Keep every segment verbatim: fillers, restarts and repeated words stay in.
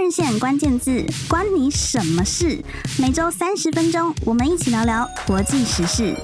人线关键字，关你什么事？每周三十分钟，我们一起聊聊国际时事。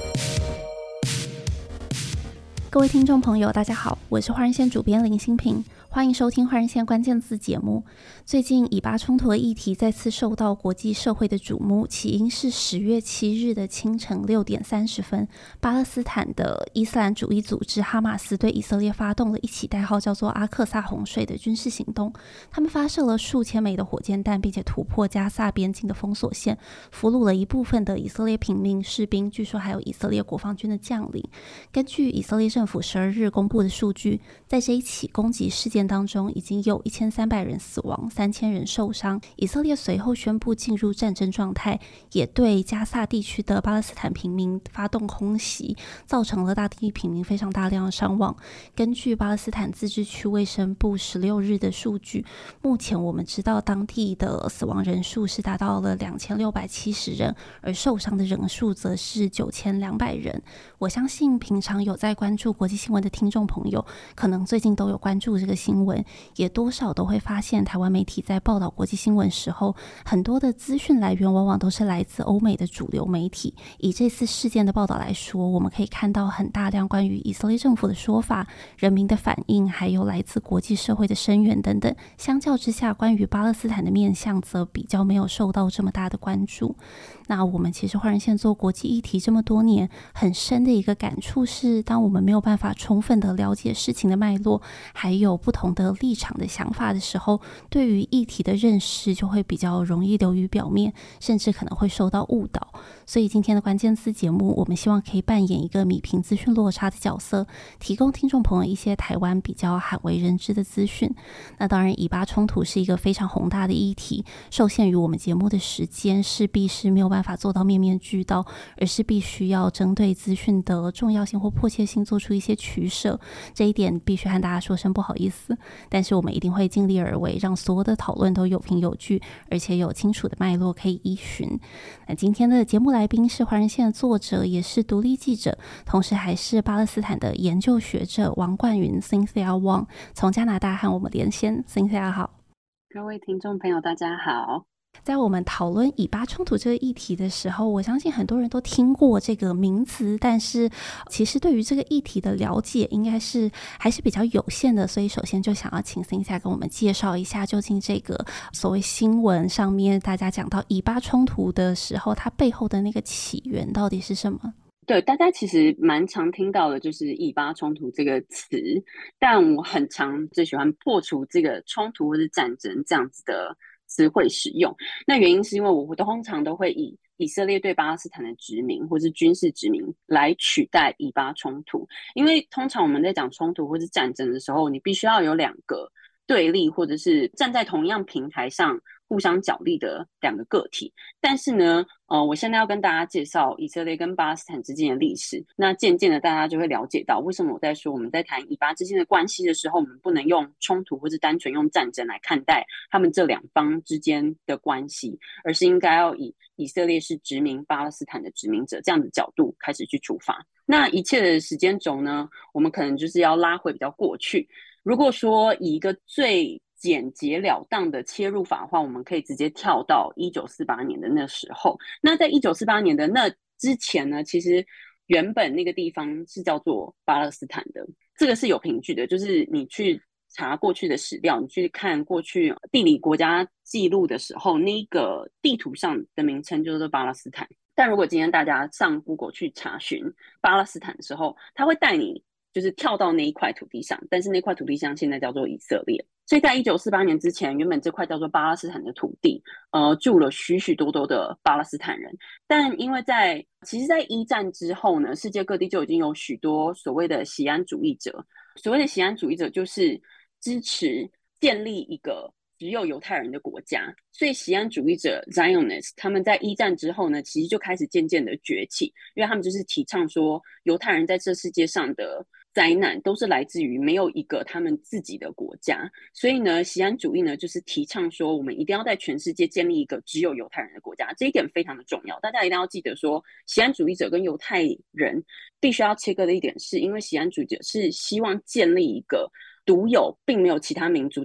各位听众朋友大家好，我是华人线主编林心平，欢迎收听华人线关键字节目。最近以巴冲突的议题再次受到国际社会的瞩目，起因是十月七日的清晨六点三十分，巴勒斯坦的伊斯兰主义组织哈马斯对以色列发动了一起代号叫做阿克萨洪水的军事行动。他们发射了数千枚的火箭弹，并且突破加萨边境的封锁线，俘虏了一部分的以色列平民士兵，据说还有以色列国防军的将领。根据以色列政府十二日公布的数据，在这一起攻击事件当中，已经有一千三百人死亡，三千人受伤。以色列随后宣布进入战争状态，也对加萨地区的巴勒斯坦平民发动空袭，造成了大地平民非常大量的伤亡。根据巴勒斯坦自治区卫生部十六日的数据，目前我们知道当地的死亡人数是达到了两千六百七十人，而受伤的人数则是九千两百人。我相信平常有在关注国际新闻的听众朋友，可能最近都有关注这个新闻，也多少都会发现台湾媒体在报道国际新闻时候，很多的资讯来源往往都是来自欧美的主流媒体。以这次事件的报道来说，我们可以看到很大量关于以色列政府的说法、人民的反应，还有来自国际社会的声援等等。相较之下，关于巴勒斯坦的面向则比较没有受到这么大的关注。那我们其实华人线做国际议题这么多年，很深的一个感触是，当我们没有办法充分的了解事情的脉络，还有不同的立场的想法的时候，对于议题的认识就会比较容易流于表面，甚至可能会受到误导。所以今天的关键字节目，我们希望可以扮演一个弭平资讯落差的角色，提供听众朋友一些台湾比较罕为人知的资讯。那当然，以巴冲突是一个非常宏大的议题，受限于我们节目的时间，势必是没有办法做到面面俱到，而是必须要针对资讯的重要性或迫切性做出一些取舍。这一点必须和大家说声不好意思，但是我们一定会尽力而为，让所有的讨论都有凭有据，而且有清楚的脉络可以依循。那今天的节目来宾是华人线的作者，也是独立记者，同时还是巴勒斯坦的研究学者王冠云 Cynthia Wang 从加拿大和我们连线。 Cynthia 好。 各位听众朋友大家好。 在我们讨论以巴冲突这个议题的时候，我相信很多人都听过这个名词，但是其实对于这个议题的了解应该是还是比较有限的，所以首先就想要请 Cynthia 跟我们介绍一下，究竟这个所谓新闻上面大家讲到以巴冲突的时候，它背后的那个起源到底是什么？ 对，大家其实蛮常听到的就是以巴冲突这个词，但我很常最喜欢破除这个冲突或是战争这样子的词汇使用。那原因是因为我通常都会以以色列对巴勒斯坦的殖民或是军事殖民来取代以巴冲突，因为通常我们在讲冲突或是战争的时候，你必须要有两个对立或者是站在同样平台上互相角力的两个个体。但是呢呃，我现在要跟大家介绍以色列跟巴勒斯坦之间的历史，那渐渐的大家就会了解到为什么我在说我们在谈以巴之间的关系的时候，我们不能用冲突或是单纯用战争来看待他们这两方之间的关系，而是应该要以以色列是殖民巴勒斯坦的殖民者这样的角度开始去出发。那一切的时间轴呢，我们可能就是要拉回比较过去。如果说以一个最简洁了当的切入法的话，我们可以直接跳到一九四八年的那时候。那在一九四八年的那之前呢，其实原本那个地方是叫做巴勒斯坦的，这个是有凭据的，就是你去查过去的史料，你去看过去地理国家记录的时候，那个地图上的名称就是巴勒斯坦。但如果今天大家上 Google 去查询巴勒斯坦的时候，他会带你就是跳到那一块土地上，但是那块土地上现在叫做以色列。所以在一九四八年之前，原本这块叫做巴勒斯坦的土地呃，住了许许多多的巴勒斯坦人。但因为在其实在一战之后呢，世界各地就已经有许多所谓的锡安主义者。所谓的锡安主义者就是支持建立一个只有犹太人的国家，所以锡安主义者 Zionists 他们在一战之后呢，其实就开始渐渐的崛起，因为他们就是提倡说犹太人在这世界上的灾难都是来自于没有一个他们自己的国家。所以呢，锡安主义呢就是提倡说我们一定要在全世界建立一个只有犹太人的国家，这一点非常的重要。大家一定要记得说，锡安主义者跟犹太人必须要切割的一点是，因为锡安主义者是希望建立一个独有并没有其他民族在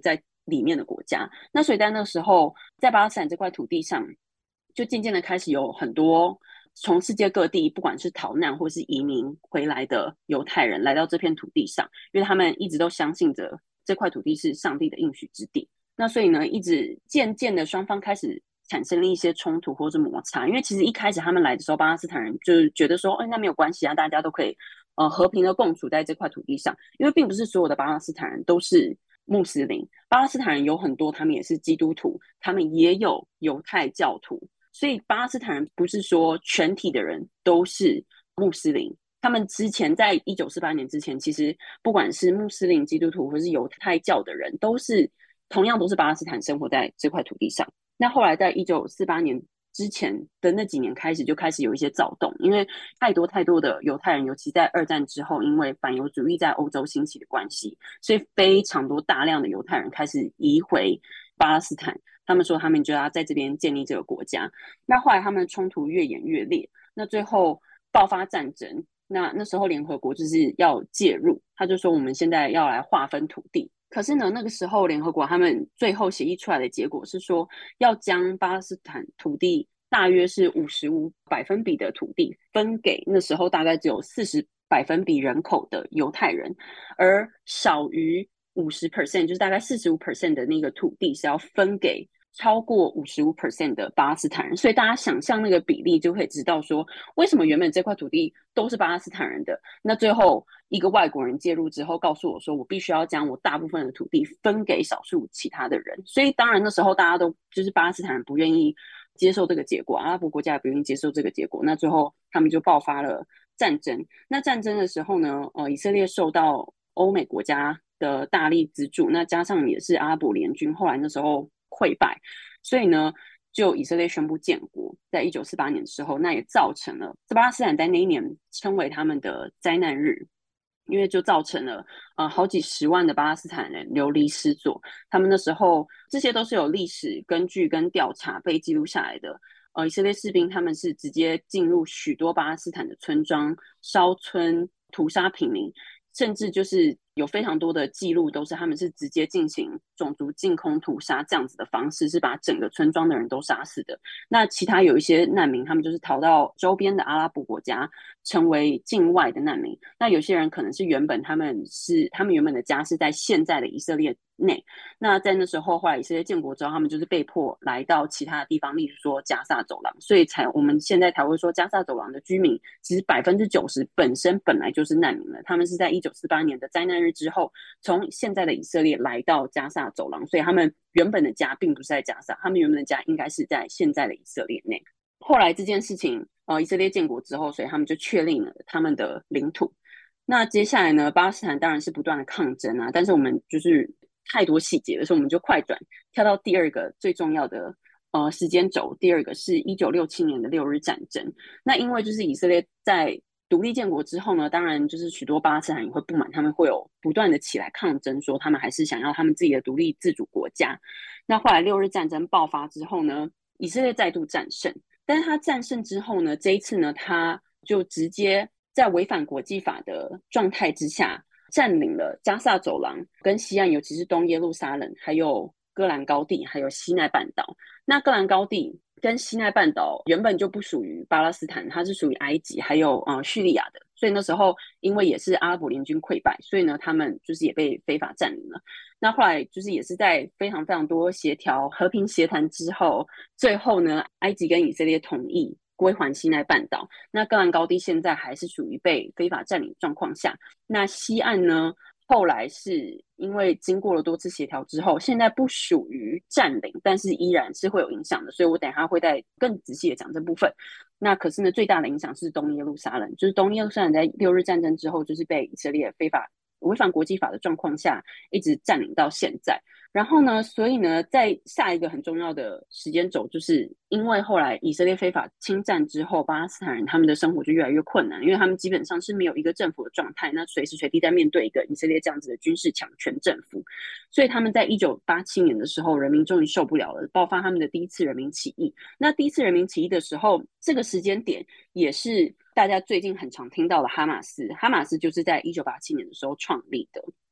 里面的国家。那所以在那个时候，在巴勒斯坦这块土地上，就渐渐的开始有很多从世界各地，不管是逃难或是移民回来的犹太人来到这片土地上，因为他们一直都相信着这块土地是上帝的应许之地。那所以呢，一直渐渐的双方开始产生了一些冲突或是摩擦。因为其实一开始他们来的时候，巴勒斯坦人就是觉得说，哎，那没有关系啊，大家都可以呃和平的共处在这块土地上。因为并不是所有的巴勒斯坦人都是穆斯林，巴勒斯坦人有很多他们也是基督徒，他们也有犹太教徒。所以巴勒斯坦人不是说全体的人都是穆斯林，他们之前在一九四八年之前，其实不管是穆斯林、基督徒或是犹太教的人，都是同样都是巴勒斯坦生活在这块土地上。那后来在一九四八年之前的那几年开始，就开始有一些躁动，因为太多太多的犹太人，尤其在二战之后，因为反犹主义在欧洲兴起的关系，所以非常多大量的犹太人开始移回巴勒斯坦。他们说他们就要在这边建立这个国家。那后来他们的冲突越演越烈，那最后爆发战争。那那时候联合国就是要介入，他就说我们现在要来划分土地。可是呢，那个时候联合国他们最后协议出来的结果是说，要将巴勒斯坦土地大约是五十五百分比的土地分给那时候大概只有四十百分比人口的犹太人，而少于五十 percent， 就是大概四十五 percent 的那个土地是要分给超过 百分之五十五 的巴勒斯坦人。所以大家想象那个比例，就可以知道说，为什么原本这块土地都是巴勒斯坦人的，那最后一个外国人介入之后，告诉我说，我必须要将我大部分的土地分给少数其他的人。所以当然那时候大家都就是巴勒斯坦人不愿意接受这个结果，阿拉伯国家也不愿意接受这个结果，那最后他们就爆发了战争。那战争的时候呢，呃，以色列受到欧美国家的大力资助，那加上也是阿拉伯联军后来那时候溃败，所以呢，就以色列宣布建国，在一九四八年的时候，那也造成了巴勒斯坦在那一年称为他们的灾难日。因为就造成了呃好几十万的巴勒斯坦人流离失所，他们那时候这些都是有历史根据跟调查被记录下来的。呃，以色列士兵他们是直接进入许多巴勒斯坦的村庄，烧村、屠杀平民，甚至就是有非常多的记录都是他们是直接进行种族净空屠杀这样子的方式，是把整个村庄的人都杀死的。那其他有一些难民，他们就是逃到周边的阿拉伯国家，成为境外的难民。那有些人可能是原本他们是他们原本的家是在现在的以色列内，那在那时候后来以色列建国之后，他们就是被迫来到其他的地方，例如说加萨走廊，所以才我们现在才会说加萨走廊的居民其实百分之九十本身本来就是难民了，他们是在一九四八年的灾难日之后，从现在的以色列来到加萨走廊，所以他们原本的家并不是在加萨，他们原本的家应该是在现在的以色列内。后来这件事情，呃，以色列建国之后，所以他们就确定了他们的领土。那接下来呢，巴勒斯坦当然是不断的抗争啊，但是我们就是太多细节了，所以我们就快转跳到第二个最重要的呃时间轴。第二个是一九六七年的六日战争。那因为就是以色列在独立建国之后呢，当然就是许多巴勒斯坦人会不满，他们会有不断的起来抗争，说他们还是想要他们自己的独立自主国家。那后来六日战争爆发之后呢，以色列再度战胜，但是他战胜之后呢，这一次呢，他就直接在违反国际法的状态之下，占领了加萨走廊跟西岸，尤其是东耶路撒冷，还有戈兰高地，还有西奈半岛。那戈兰高地跟西奈半岛原本就不属于巴勒斯坦，它是属于埃及还有呃叙利亚的，所以那时候因为也是阿拉伯联军溃败，所以呢他们就是也被非法占领了。那后来就是也是在非常非常多协调和平协谈之后，最后呢埃及跟以色列同意归还西奈半岛。那戈兰高地现在还是属于被非法占领状况下，那西岸呢后来是因为经过了多次协调之后，现在不属于占领，但是依然是会有影响的，所以我等一下会再更仔细的讲这部分。那可是呢，最大的影响是东耶路撒冷，就是东耶路撒冷在六日战争之后，就是被以色列非法违反国际法的状况下，一直占领到现在。然后呢，所以呢，在下一个很重要的时间轴，就是因为后来以色列非法侵占之后，巴勒斯坦人他们的生活就越来越困难，因为他们基本上是没有一个政府的状态，那随时随地在面对一个以色列这样子的军事强权政府，所以他们在一九八七年的时候，人民终于受不了了，爆发他们的第一次人民起义。那第一次人民起义的时候，这个时间点也是大家最近很常听到的哈马斯，哈马斯就是在一九八七年的时候创立的。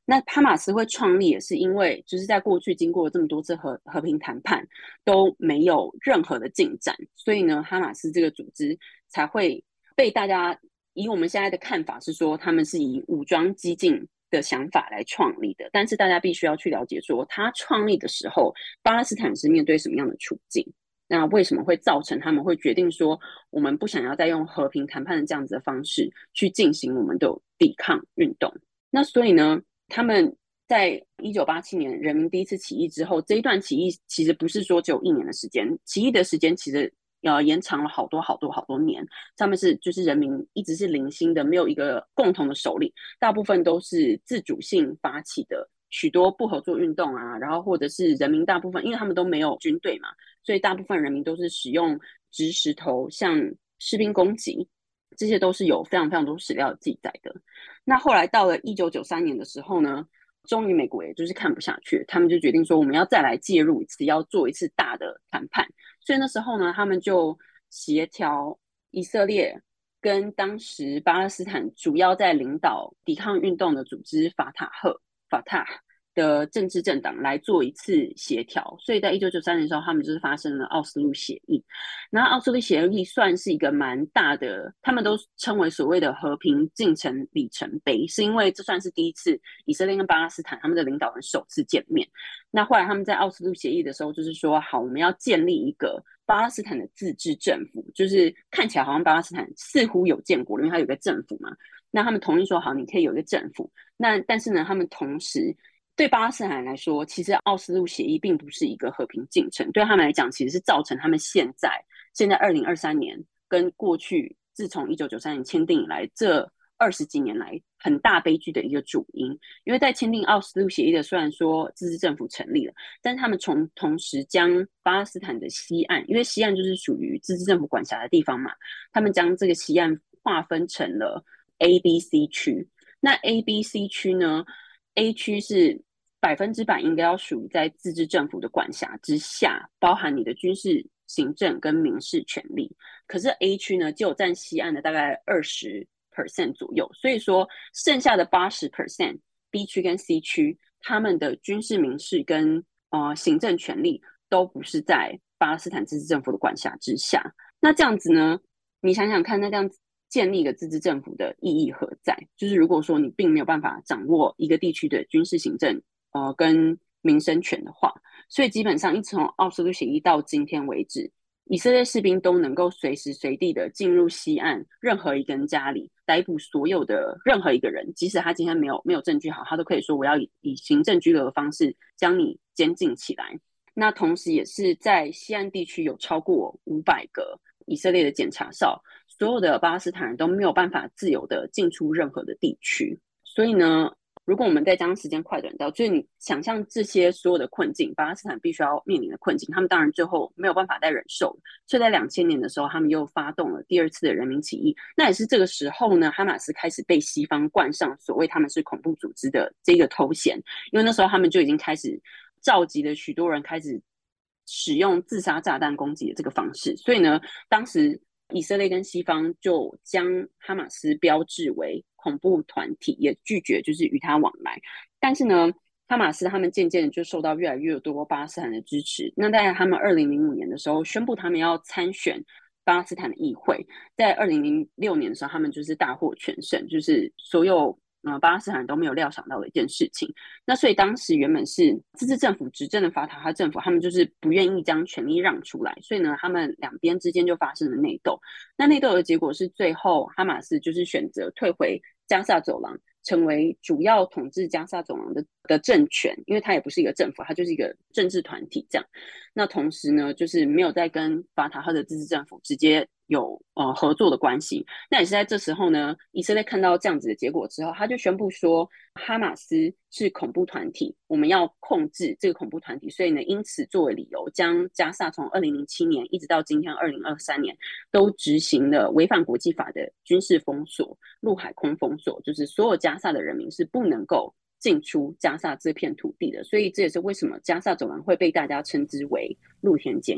那哈马斯会创立也是因为就是在过去经过这么多次和和平谈判都没有任何的进展，所以呢哈马斯这个组织才会被大家以我们现在的看法是说他们是以武装激进的想法来创立的，但是大家必须要去了解说他创立的时候巴勒斯坦是面对什么样的处境，那为什么会造成他们会决定说我们不想要再用和平谈判的这样子的方式去进行我们的抵抗运动。那所以呢他们在一九八七年人民第一次起义之后，这一段起义其实不是说只有一年的时间，起义的时间其实呃延长了好多好多好多年，他们是就是人民一直是零星的，没有一个共同的首领，大部分都是自主性发起的许多不合作运动啊，然后或者是人民大部分因为他们都没有军队嘛，所以大部分人民都是使用掷石头向士兵攻击，这些都是有非常非常多史料记载的。那后来到了一九九三年的时候呢，终于美国也就是看不下去，他们就决定说我们要再来介入一次，要做一次大的谈判。所以那时候呢，他们就协调以色列跟当时巴勒斯坦主要在领导抵抗运动的组织法塔赫法塔的政治政党来做一次协调，所以在一九九三年的时候，他们就是发生了奥斯陆协议。然后奥斯陆协议算是一个蛮大的，他们都称为所谓的和平进程里程碑，是因为这算是第一次以色列跟巴勒斯坦他们的领导人首次见面。那后来他们在奥斯陆协议的时候，就是说好，我们要建立一个巴勒斯坦的自治政府，就是看起来好像巴勒斯坦似乎有建国了，因为它有个政府嘛。那他们同意说好，你可以有一个政府。那但是呢，他们同时对巴勒斯坦来说，其实奥斯陆协议并不是一个和平进程，对他们来讲，其实是造成他们现在现在二零二三年跟过去自从一九九三年签订以来这二十几年来很大悲剧的一个主因。因为在签订奥斯陆协议的，虽然说自治政府成立了，但是他们从同时将巴勒斯坦的西岸，因为西岸就是属于自治政府管辖的地方嘛，他们将这个西岸划分成了 A、B、C 区。那 A、B、C 区呢 ，A 区是百分之百应该要属于在自治政府的管辖之下，包含你的军事、行政跟民事权利。可是 A 区呢，就有占西岸的大概二十 percent 左右，所以说剩下的八十 percent B 区跟 C 区，他们的军事、民事跟呃行政权利都不是在巴勒斯坦自治政府的管辖之下。那这样子呢，你想想看，那这样子建立一个自治政府的意义何在？就是如果说你并没有办法掌握一个地区的军事、行政呃跟民生权的话，所以基本上一从奥斯陆协议到今天为止，以色列士兵都能够随时随地的进入西岸任何一个人家里，逮捕所有的任何一个人，即使他今天没有没有证据好，他都可以说我要以以行政拘留的方式将你监禁起来。那同时也是在西岸地区有超过五百个以色列的检查哨，所有的巴勒斯坦人都没有办法自由的进出任何的地区。所以呢，如果我们再将时间快短到，就是你想象这些所有的困境，巴勒斯坦必须要面临的困境，他们当然最后没有办法再忍受了，所以在两千年的时候，他们又发动了第二次的人民起义。那也是这个时候呢，哈马斯开始被西方冠上所谓他们是恐怖组织的这个头衔，因为那时候他们就已经开始召集了许多人开始使用自杀炸弹攻击的这个方式，所以呢，当时以色列跟西方就将哈马斯标志为恐怖团体，也拒绝就是与他往来。但是呢，哈马斯他们渐渐的就受到越来越多巴勒斯坦的支持。那在他们二零零五年的时候宣布他们要参选巴勒斯坦的议会，在二零零六年的时候，他们就是大获全胜，就是所有呃巴勒斯坦人都没有料想到的一件事情。那所以当时原本是自治政府执政的法塔哈政府，他们就是不愿意将权力让出来，所以呢，他们两边之间就发生了内斗。那内斗的结果是，最后哈马斯就是选择退回加萨走廊，成为主要统治加萨走廊的的政权，因为它也不是一个政府，它就是一个政治团体这样。那同时呢，就是没有再跟法塔赫的自治政府直接有呃合作的关系。那也是在这时候呢，以色列看到这样子的结果之后，他就宣布说，哈马斯是恐怖团体，我们要控制这个恐怖团体。所以呢，因此作为理由，将加萨从二零零七年一直到今天二零二三年，都执行了违反国际法的军事封锁、陆海空封锁，就是所有加萨的人民是不能够进出加萨这片土地的。所以这也是为什么加萨走廊会被大家称之为露天监狱。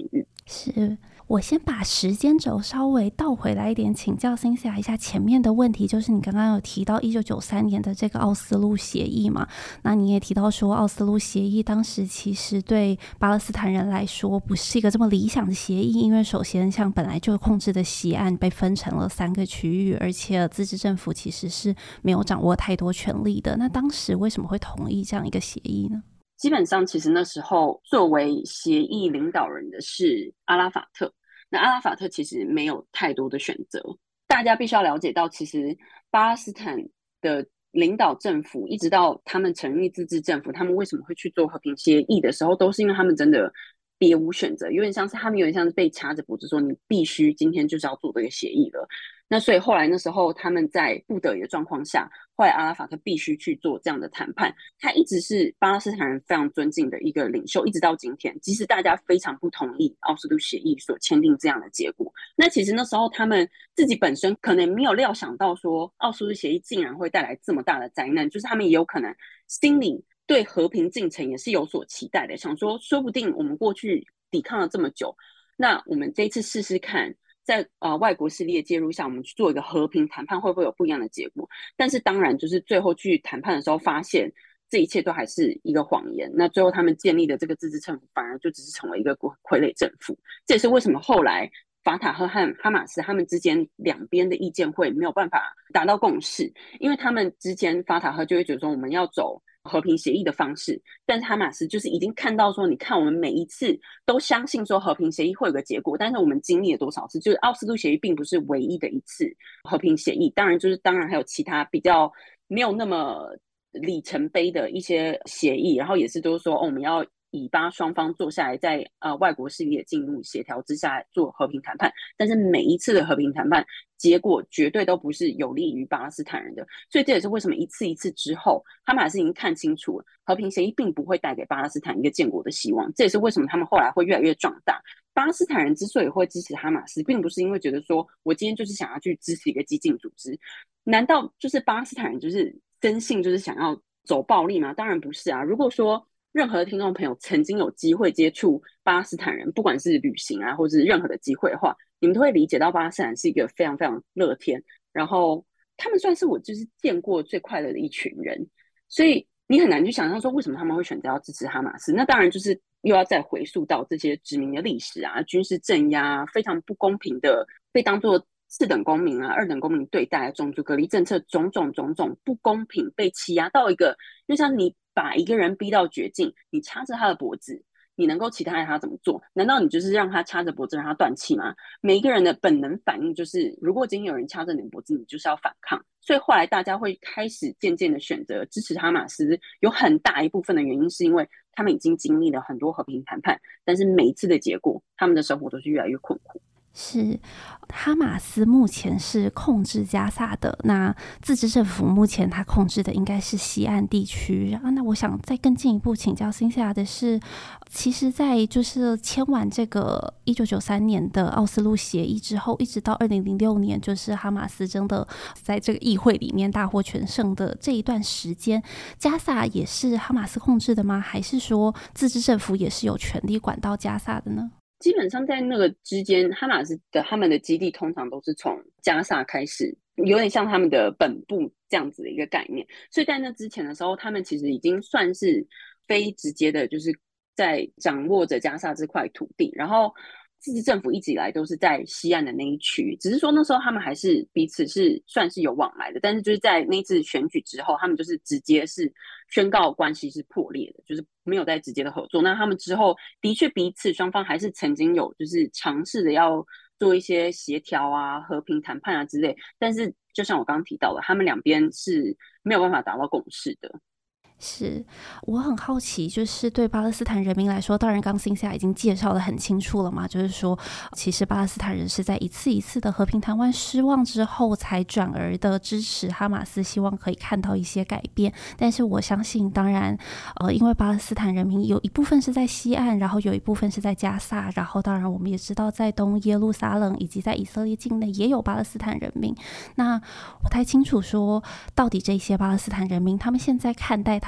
是，我先把时间轴稍微倒回来一点，请教辛西亚一下前面的问题，就是你刚刚有提到一九九三年的这个奥斯陆协议嘛，那你也提到说奥斯陆协议当时其实对巴勒斯坦人来说不是一个这么理想的协议，因为首先像本来就控制的西岸被分成了三个区域，而且自治政府其实是没有掌握太多权力的，那当时为什么会同意这样一个协议呢？ 基本上其实那时候作为协议领导人的是阿拉法特，那阿拉法特其实没有太多的选择。大家必须要了解到，其实巴勒斯坦的领导政府一直到他们成立自治政府，他们为什么会去做和平协议的时候，都是因为他们真的别无选择，有点像是他们有点像是被掐着脖子说你必须今天就是要做这个协议了。那所以后来那时候他们在不得已的状况下，后来阿拉法特必须去做这样的谈判。他一直是巴勒斯坦人非常尊敬的一个领袖，一直到今天，即使大家非常不同意奥斯陆协议所签订这样的结果，那其实那时候他们自己本身可能没有料想到说奥斯陆协议竟然会带来这么大的灾难，就是他们也有可能心里对和平进程也是有所期待的，想说说不定我们过去抵抗了这么久，那我们这一次试试看，在呃外国势力的介入下，我们去做一个和平谈判，会不会有不一样的结果？但是当然，就是最后去谈判的时候，发现这一切都还是一个谎言。那最后他们建立的这个自治政府，反而就只是成为一个傀儡政府。这也是为什么后来法塔赫和哈马斯他们之间两边的意见会没有办法达到共识，因为他们之间法塔赫就会觉得说我们要走和平协议的方式，但是哈马斯就是已经看到说，你看我们每一次都相信说和平协议会有个结果，但是我们经历了多少次？就是奥斯陆协议并不是唯一的一次和平协议，当然就是当然还有其他比较没有那么里程碑的一些协议，然后也是都是说、哦、我们要以巴双方坐下来在呃外国势力的进入协调之下做和平谈判，但是每一次的和平谈判结果绝对都不是有利于巴勒斯坦人的，所以这也是为什么一次一次之后，哈马斯已经看清楚了和平协议并不会带给巴勒斯坦一个建国的希望，这也是为什么他们后来会越来越壮大。巴勒斯坦人之所以会支持哈马斯，并不是因为觉得说我今天就是想要去支持一个激进组织，难道就是巴勒斯坦人就是真性就是想要走暴力吗？当然不是啊。如果说任何的听众朋友曾经有机会接触巴勒斯坦人，不管是旅行啊，或者是任何的机会的话，你们都会理解到巴勒斯坦是一个非常非常乐天，然后他们算是我就是见过最快乐的一群人，所以你很难去想象说为什么他们会选择要支持哈马斯。那当然就是又要再回溯到这些殖民的历史啊，军事镇压，非常不公平的被当作次等公民啊、二等公民对待，种族隔离政策，种种种种不公平，被欺压到一个，就像你把一个人逼到绝境，你掐着他的脖子，你能够期待他怎么做？难道你就是让他掐着脖子让他断气吗？每一个人的本能反应就是，如果今天有人掐着你的脖子，你就是要反抗。所以后来大家会开始渐渐的选择支持哈马斯，有很大一部分的原因是因为他们已经经历了很多和平谈判，但是每一次的结果，他们的生活都是越来越困苦。 是，哈马斯目前是控制加萨的，那自治政府目前他控制的应该是西岸地区啊。那我想再更进一步请教辛西亚的是，其实在就是签完这个一九九三年的奥斯陆协议之后，一直到二零零六年，就是哈马斯真的在这个议会里面大获全胜的这一段时间，加萨也是哈马斯控制的吗？还是说自治政府也是有权利管到加萨的呢？ 基本上在那个之间，哈马斯的他们的基地通常都是从加萨开始，有点像他们的本部这样子的一个概念。所以在那之前的时候，他们其实已经算是非直接的，就是在掌握着加萨这块土地。然后自治政府一直以来都是在西岸的那一区，只是说那时候他们还是彼此是算是有往来的，但是就是在那次选举之后，他们就是直接是宣告关系是破裂的，就是没有再直接的合作。那他们之后的确彼此双方还是曾经有就是尝试的要做一些协调啊、和平谈判啊之类，但是就像我刚刚提到的，他们两边是没有办法达到共识的。 是，我很好奇，就是对巴勒斯坦人民来说，当然刚辛西亚已经介绍得很清楚了嘛，就是说其实巴勒斯坦人是在一次一次的和平谈判失望之后，才转而的支持哈马斯，希望可以看到一些改变。但是我相信，当然呃，因为巴勒斯坦人民有一部分是在西岸，然后有一部分是在加萨，然后当然我们也知道在东耶路撒冷以及在以色列境内也有巴勒斯坦人民。那我不太清楚说到底这些巴勒斯坦人民他们现在看待他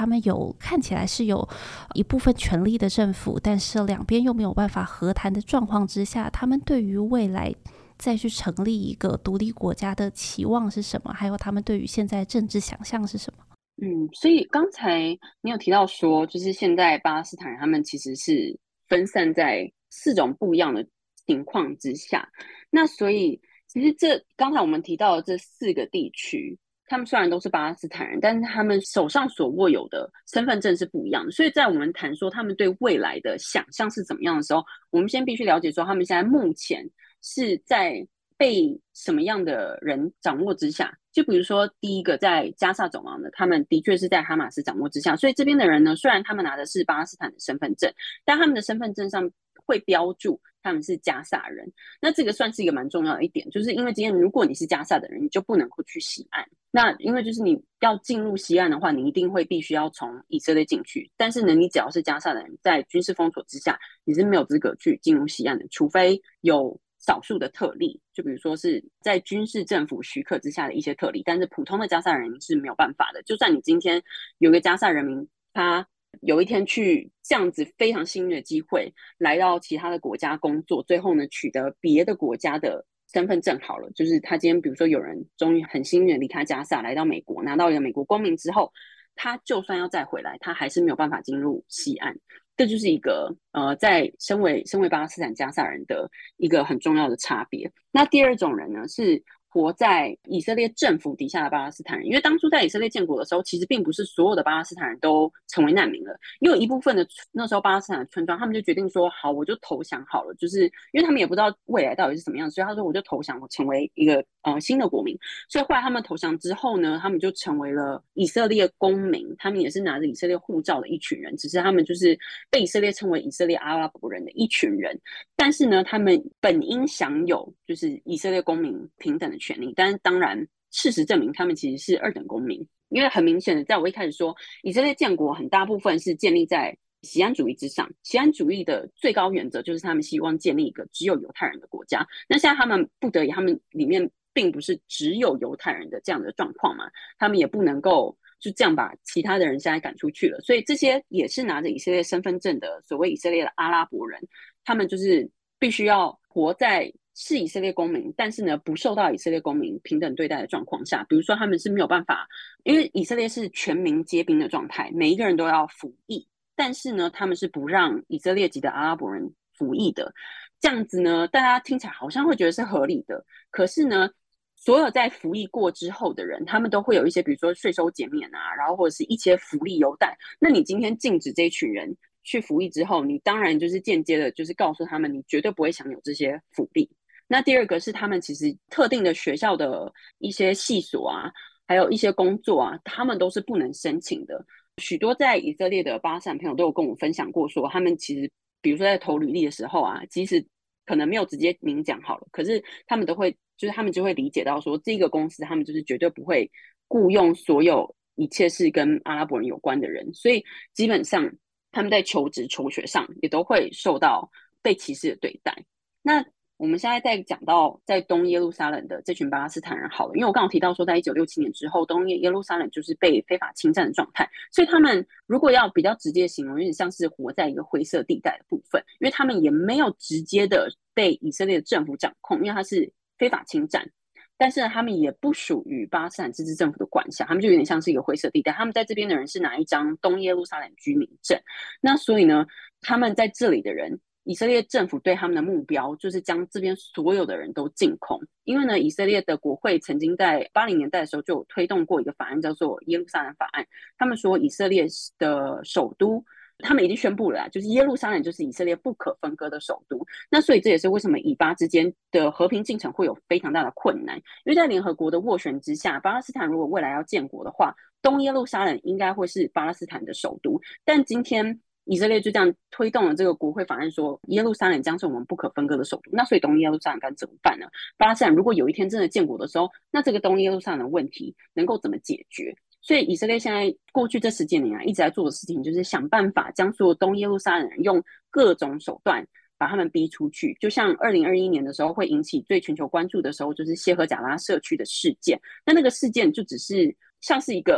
他们有看起来是有一部分权力的政府，但是两边又没有办法和谈的状况之下，他们对于未来再去成立一个独立国家的期望是什么？还有他们对于现在政治想象是什么？ 嗯，所以刚才你有提到说，就是现在巴勒斯坦人他们其实是分散在四种不一样的情况之下。那所以其实这刚才我们提到的这四个地区，他们虽然都是巴勒斯坦人，但是他们手上所握有的身份证是不一样的。所以在我们谈说他们对未来的想象是怎么样的时候，我们先必须了解说他们现在目前是在被什么样的人掌握之下。就比如说第一个在加萨走廊的，他们的确是在哈马斯掌握之下，所以这边的人呢，虽然他们拿的是巴勒斯坦的身份证，但他们的身份证上会标注他们是加萨人。那这个算是一个蛮重要的一点，就是因为今天如果你是加萨的人，你就不能够去西岸。那因为就是你要进入西岸的话，你一定会必须要从以色列进去，但是呢，你只要是加萨的人，在军事封锁之下，你是没有资格去进入西岸的，除非有少数的特例，就比如说是在军事政府许可之下的一些特例，但是普通的加萨人民是没有办法的。就算你今天有个加萨人民，他有一天去这样子非常幸运的机会来到其他的国家工作，最后呢取得别的国家的身份证好了，就是他今天比如说有人终于很幸运的离开加萨来到美国，拿到一个美国公民之后，他就算要再回来，他还是没有办法进入西岸。这就是一个呃，在身为身为巴勒斯坦加萨人的一个很重要的差别。那第二种人呢，是活在以色列政府底下的巴勒斯坦人，因为当初在以色列建国的时候，其实并不是所有的巴勒斯坦人都成为难民了，因为有一部分的那时候巴勒斯坦的村庄，他们就决定说，好，我就投降好了，就是因为他们也不知道未来到底是什么样，所以他说我就投降，我成为一个呃新的国民。所以后来他们投降之后呢，他们就成为了以色列公民，他们也是拿着以色列护照的一群人，只是他们就是被以色列称为以色列阿拉伯人的一群人。但是呢，他们本应享有就是以色列公民平等的权利，但是当然事实证明他们其实是二等公民，因为很明显的，在我一开始说以色列建国很大部分是建立在锡安主义之上，锡安主义的最高原则就是他们希望建立一个只有犹太人的国家。那现在他们不得已，他们里面并不是只有犹太人的这样的状况嘛，他们也不能够就这样把其他的人现在赶出去了，所以这些也是拿着以色列身份证的所谓以色列的阿拉伯人，他们就是必须要活在是以色列公民，但是呢不受到以色列公民平等对待的状况下。比如说他们是没有办法，因为以色列是全民皆兵的状态，每一个人都要服役，但是呢他们是不让以色列籍的阿拉伯人服役的。这样子呢大家听起来好像会觉得是合理的，可是呢所有在服役过之后的人，他们都会有一些比如说税收减免啊，然后或者是一些福利优待。那你今天禁止这一群人去服役之后，你当然就是间接的就是告诉他们你绝对不会享有这些福利。那第二个是他们其实特定的学校的一些系所啊，还有一些工作啊，他们都是不能申请的。许多在以色列的巴勒斯坦朋友都有跟我分享过说，他们其实比如说在投履历的时候啊，即使可能没有直接明讲好了，可是他们都会就是他们就会理解到说，这个公司他们就是绝对不会雇佣所有一切是跟阿拉伯人有关的人，所以基本上他们在求职求学上也都会受到被歧视的对待。那我们现在在讲到在东耶路撒冷的这群巴勒斯坦人好了，因为我刚刚提到说在一九六七年之后，东耶路撒冷就是被非法侵占的状态，所以他们如果要比较直接形容，有点像是活在一个灰色地带的部分，因为他们也没有直接的被以色列政府掌控，因为它是非法侵占，但是呢他们也不属于巴勒斯坦自治政府的管辖，他们就有点像是一个灰色地带。他们在这边的人是拿一张东耶路撒冷居民证，那所以呢他们在这里的人，以色列政府对他们的目标就是将这边所有的人都净空。因为呢以色列的国会曾经在八零年代的时候就有推动过一个法案，叫做耶路撒冷法案。他们说以色列的首都，他们已经宣布了啦，就是耶路撒冷就是以色列不可分割的首都。那所以这也是为什么以巴之间的和平进程会有非常大的困难，因为在联合国的斡旋之下，巴勒斯坦如果未来要建国的话，东耶路撒冷应该会是巴勒斯坦的首都。但今天以色列就这样推动了这个国会法案，说耶路撒冷将是我们不可分割的首都。那所以东耶路撒冷该怎么办呢？巴勒斯坦如果有一天真的建国的时候，那这个东耶路撒冷的问题能够怎么解决？所以以色列现在过去这十几年来一直在做的事情，就是想办法将所有东耶路撒冷人用各种手段把他们逼出去。就像二零二一年的时候会引起最全球关注的时候，就是谢赫贾拉社区的事件。那那个事件就只是像是一个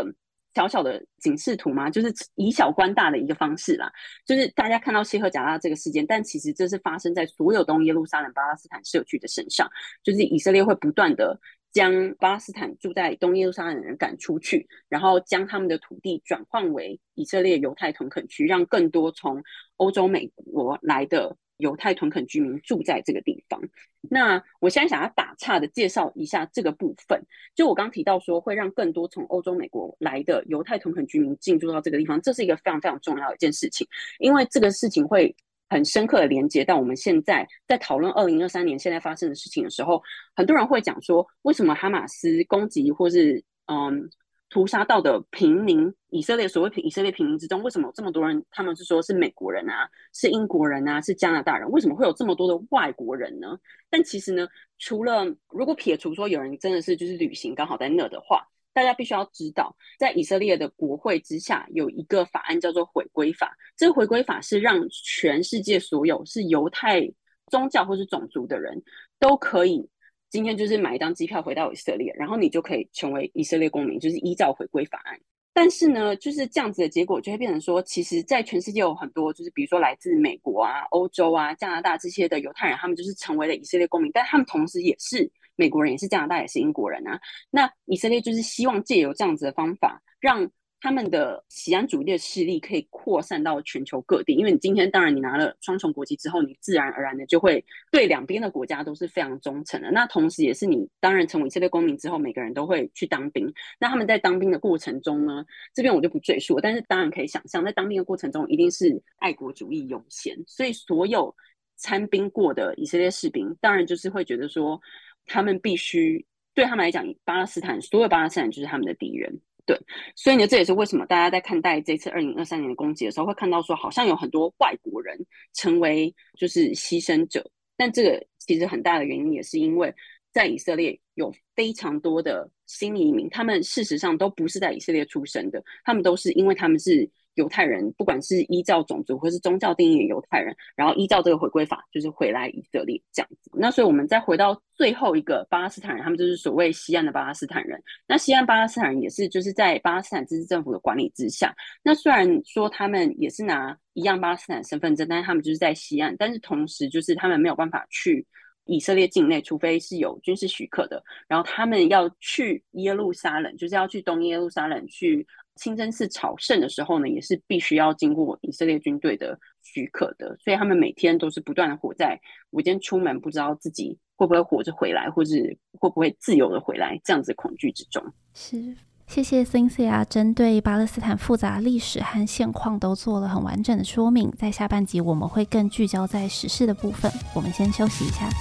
小小的警示图吗？就是以小观大的一个方式啦。就是大家看到谢赫贾拉这个事件，但其实这是发生在所有东耶路撒冷巴勒斯坦社区的身上，就是以色列会不断的将巴勒斯坦住在东耶路撒冷的人赶出去，然后将他们的土地转换为以色列犹太屯垦区，让更多从欧洲、美国来的犹太屯垦居民住在这个地方。那我现在想要打岔的介绍一下这个部分，就我刚刚提到说会让更多从欧洲、美国来的犹太屯垦居民进驻到这个地方，这是一个非常非常重要的一件事情，因为这个事情会很深刻的连接到我们现在在讨论二零二三年现在发生的事情的时候，很多人会讲说，为什么哈马斯攻击或是嗯屠杀到的平民，以色列所谓以色列平民之中，为什么有这么多人？他们是说是美国人啊，是英国人啊，是加拿大人，为什么会有这么多的外国人呢？但其实呢，除了如果撇除说有人真的是就是旅行刚好在那的话，大家必须要知道，在以色列的国会之下有一个法案叫做回归法。这个回归法是让全世界所有是犹太宗教或是种族的人都可以今天就是买一张机票回到以色列，然后你就可以成为以色列公民，就是依照回归法案。但是呢，就是这样子的结果就会变成说，其实在全世界有很多就是比如说来自美国啊、欧洲啊、加拿大这些的犹太人，他们就是成为了以色列公民，但他们同时也是美国人，也是加拿大，也是英国人啊。那以色列就是希望借由这样子的方法，让他们的锡安主义的势力可以扩散到全球各地，因为你今天当然你拿了双重国籍之后，你自然而然的就会对两边的国家都是非常忠诚的。那同时也是你当然成为以色列公民之后，每个人都会去当兵。那他们在当兵的过程中呢，这边我就不赘述了，但是当然可以想象，在当兵的过程中一定是爱国主义涌现，所以所有参兵过的以色列士兵，当然就是会觉得说，他们必须对他们来讲，巴勒斯坦所有巴勒斯坦就是他们的敌人。对，所以呢，这也是为什么大家在看待这次二零二三年的攻击的时候，会看到说好像有很多外国人成为就是牺牲者，但这个其实很大的原因也是因为在以色列有非常多的新移民，他们事实上都不是在以色列出生的，他们都是因为他们是犹太人，不管是依照种族或是宗教定义的犹太人，然后依照这个回归法，就是回来以色列这样子。那所以我们再回到最后一个巴勒斯坦人，他们就是所谓西岸的巴勒斯坦人。那西岸巴勒斯坦人也是就是在巴勒斯坦自治政府的管理之下。那虽然说他们也是拿一样巴勒斯坦身份证，但是他们就是在西岸，但是同时就是他们没有办法去以色列境内，除非是有军事许可的。然后他们要去耶路撒冷，就是要去东耶路撒冷去清真寺朝圣的时候呢，也是必须要经过以色列军队的许可的。所以他们每天都是不断的活在我今天出门不知道自己会不会活着回来，或是会不会自由的回来这样子的恐惧之中。 是，谢谢 Cynthia 针对巴勒斯坦复杂历史和现况都做了很完整的说明。在下半集我们会更聚焦在时事的部分，我们先休息一下。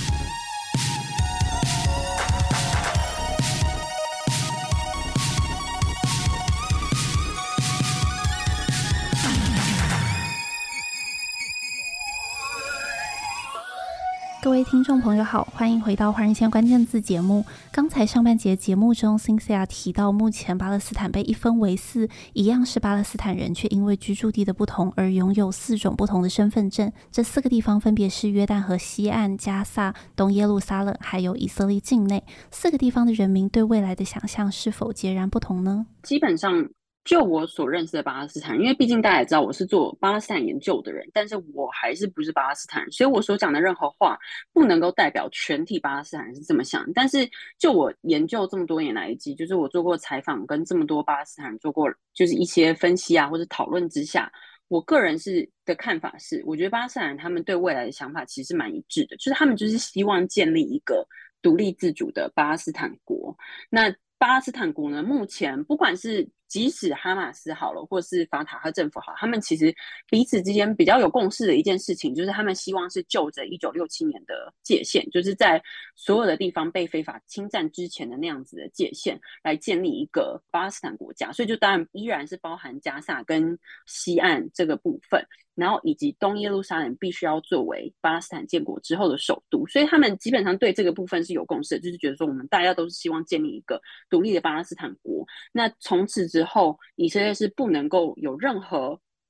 各位听众朋友好，欢迎回到华人线关键字节目。刚才上半节节目中 Cynthia 提到，目前巴勒斯坦被一分为四，一样是巴勒斯坦人，却因为居住地的不同而拥有四种不同的身份证。这四个地方分别是约旦河西岸、加萨、东耶路撒冷还有以色列境内。四个地方的人民对未来的想象是否截然不同呢？ 基本上就我所认识的巴勒斯坦，因为毕竟大家也知道我是做巴勒斯坦研究的人，但是我还是不是巴勒斯坦人，所以我所讲的任何话不能够代表全体巴勒斯坦人是这么想。但是就我研究这么多年来，以及就是我做过采访，跟这么多巴勒斯坦人做过就是一些分析啊或者讨论之下，我个人是的看法是，我觉得巴勒斯坦人他们对未来的想法其实蛮一致的，就是他们就是希望建立一个独立自主的巴勒斯坦国。那巴勒斯坦国呢，目前不管是即使哈马斯好了，或是法塔赫政府好，他们其实彼此之间比较有共识的一件事情，就是他们希望是就着一九六七年的界限，就是在所有的地方被非法侵占之前的那样子的界限，来建立一个巴勒斯坦国家。所以就当然依然是包含加萨跟西岸这个部分，然后以及东耶路撒冷必须要作为巴勒斯坦建国之后的首都，所以他们基本上对这个部分是有共识的，就是觉得说我们大家都是希望建立一个独立的巴勒斯坦国。那从此之后，以色列是不能够有任何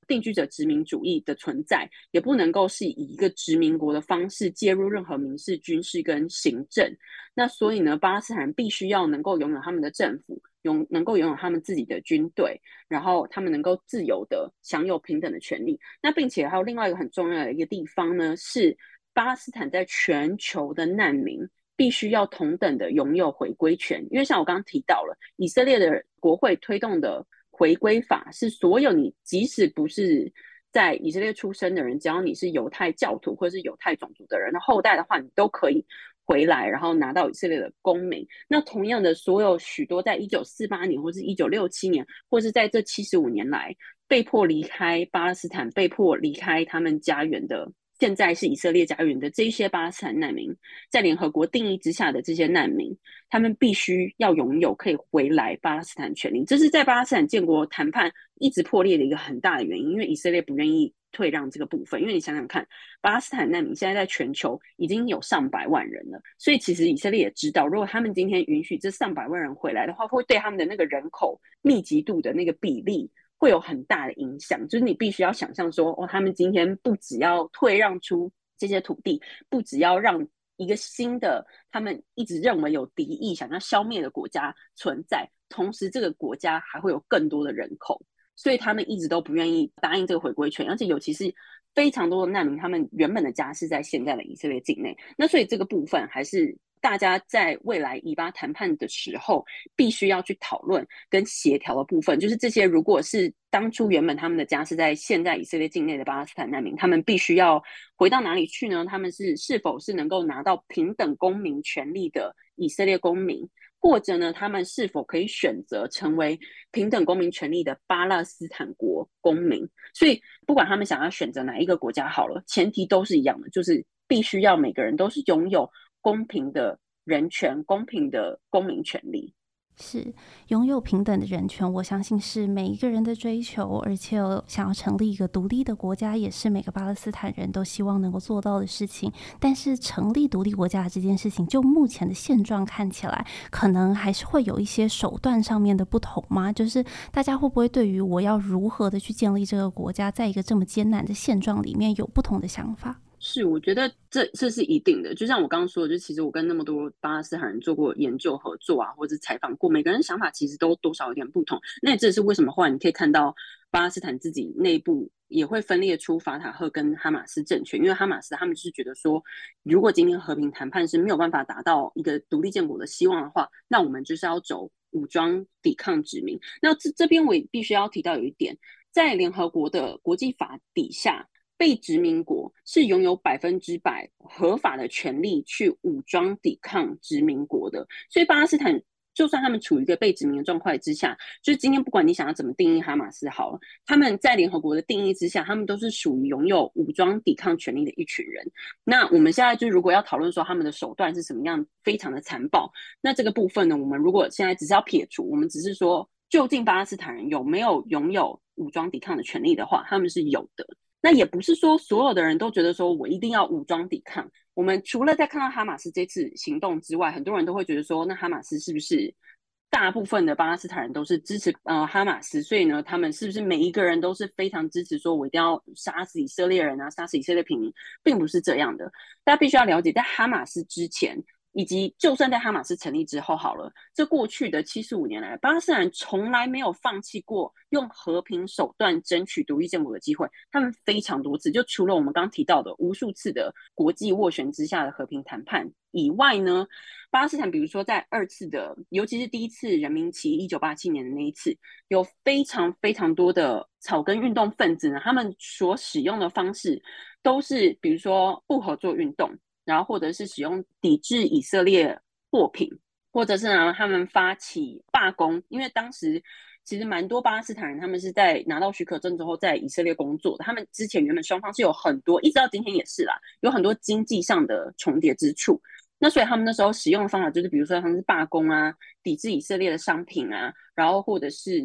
定居者殖民主义的存在，也不能够是以一个殖民国的方式介入任何民事、军事跟行政。那所以呢，巴勒斯坦人必须要能够拥有他们的政府，拥能够拥有他们自己的军队，然后他们能够自由的享有平等的权利。那并且还有另外一个很重要的一个地方呢，是巴勒斯坦在全球的难民必须要同等的拥有回归权。因为像我刚刚提到了，以色列的国会推动的回归法是所有你即使不是在以色列出生的人，只要你是犹太教徒或是犹太种族的人的后代的话，你都可以回来，然后拿到以色列的公民。那同样的，所有许多在一九四八年或是一九六七年或是在这七十五年来被迫离开巴勒斯坦、被迫离开他们家园的，现在是以色列家园的这一些巴勒斯坦难民，在联合国定义之下的这些难民，他们必须要拥有可以回来巴勒斯坦权利。这是在巴勒斯坦建国谈判一直破裂的一个很大的原因，因为以色列不愿意退让这个部分。因为你想想看，巴勒斯坦难民现在在全球已经有上百万人了，所以其实以色列也知道，如果他们今天允许这上百万人回来的话，会对他们的那个人口密集度的那个比例会有很大的影响。就是你必须要想象说，哦，他们今天不只要退让出这些土地，不只要让一个新的他们一直认为有敌意想要消灭的国家存在，同时这个国家还会有更多的人口，所以他们一直都不愿意答应这个回归权。而且尤其是非常多的难民，他们原本的家是在现在的以色列境内，那所以这个部分还是大家在未来以巴谈判的时候必须要去讨论跟协调的部分。就是这些如果是当初原本他们的家是在现在以色列境内的巴勒斯坦难民，他们必须要回到哪里去呢？他们是是否是能够拿到平等公民权利的以色列公民，或者呢，他们是否可以选择成为平等公民权利的巴勒斯坦国公民？所以不管他们想要选择哪一个国家好了，前提都是一样的，就是必须要每个人都是拥有公平的人权、公平的公民权利。 是拥有平等的人权，我相信是每一个人的追求，而且想要成立一个独立的国家，也是每个巴勒斯坦人都希望能够做到的事情。但是成立独立国家这件事情，就目前的现状看起来，可能还是会有一些手段上面的不同吗？就是大家会不会对于我要如何的去建立这个国家，在一个这么艰难的现状里面有不同的想法？ 是，我觉得这这是一定的。就像我刚刚说的，就其实我跟那么多巴勒斯坦人做过研究合作啊，或者采访过，每个人想法其实都多少有点不同。那这是为什么后来你可以看到巴勒斯坦自己内部也会分裂出法塔赫跟哈马斯政权，因为哈马斯他们就是觉得说，如果今天和平谈判是没有办法达到一个独立建国的希望的话，那我们就是要走武装抵抗殖民。那这这边我也必须要提到有一点，在联合国的国际法底下，被殖民国是拥有百分之百合法的权利去武装抵抗殖民国的。所以巴勒斯坦就算他们处于一个被殖民的状况之下，就是今天不管你想要怎么定义哈马斯好了，他们在联合国的定义之下，他们都是属于拥有武装抵抗权利的一群人。那我们现在就如果要讨论说他们的手段是什么样，非常的残暴，那这个部分呢，我们如果现在只是要撇除，我们只是说究竟巴勒斯坦人有没有拥有武装抵抗的权利的话，他们是有的。那也不是说所有的人都觉得说我一定要武装抵抗。我们除了在看到哈马斯这次行动之外，很多人都会觉得说，那哈马斯是不是大部分的巴勒斯坦人都是支持呃哈马斯？所以呢，他们是不是每一个人都是非常支持说我一定要杀死以色列人啊，杀死以色列平民？并不是这样的。大家必须要了解，在哈马斯之前，以及就算在哈马斯成立之后好了，这过去的七十五年来，巴勒斯坦人从来没有放弃过用和平手段争取独立建国的机会。他们非常多次，就除了我们刚刚提到的无数次的国际斡旋之下的和平谈判以外呢，巴勒斯坦比如说在二次的，尤其是第一次人民起义一九八七年的那一次，有非常非常多的草根运动分子呢，他们所使用的方式都是比如说不合作运动，然后或者是使用抵制以色列货品，或者是呢他们发起罢工。因为当时其实蛮多巴勒斯坦人他们是在拿到许可证之后在以色列工作的，他们之前原本双方是有很多，一直到今天也是啦，有很多经济上的重叠之处。那所以他们那时候使用的方法就是比如说他们是罢工啊，抵制以色列的商品啊，然后或者是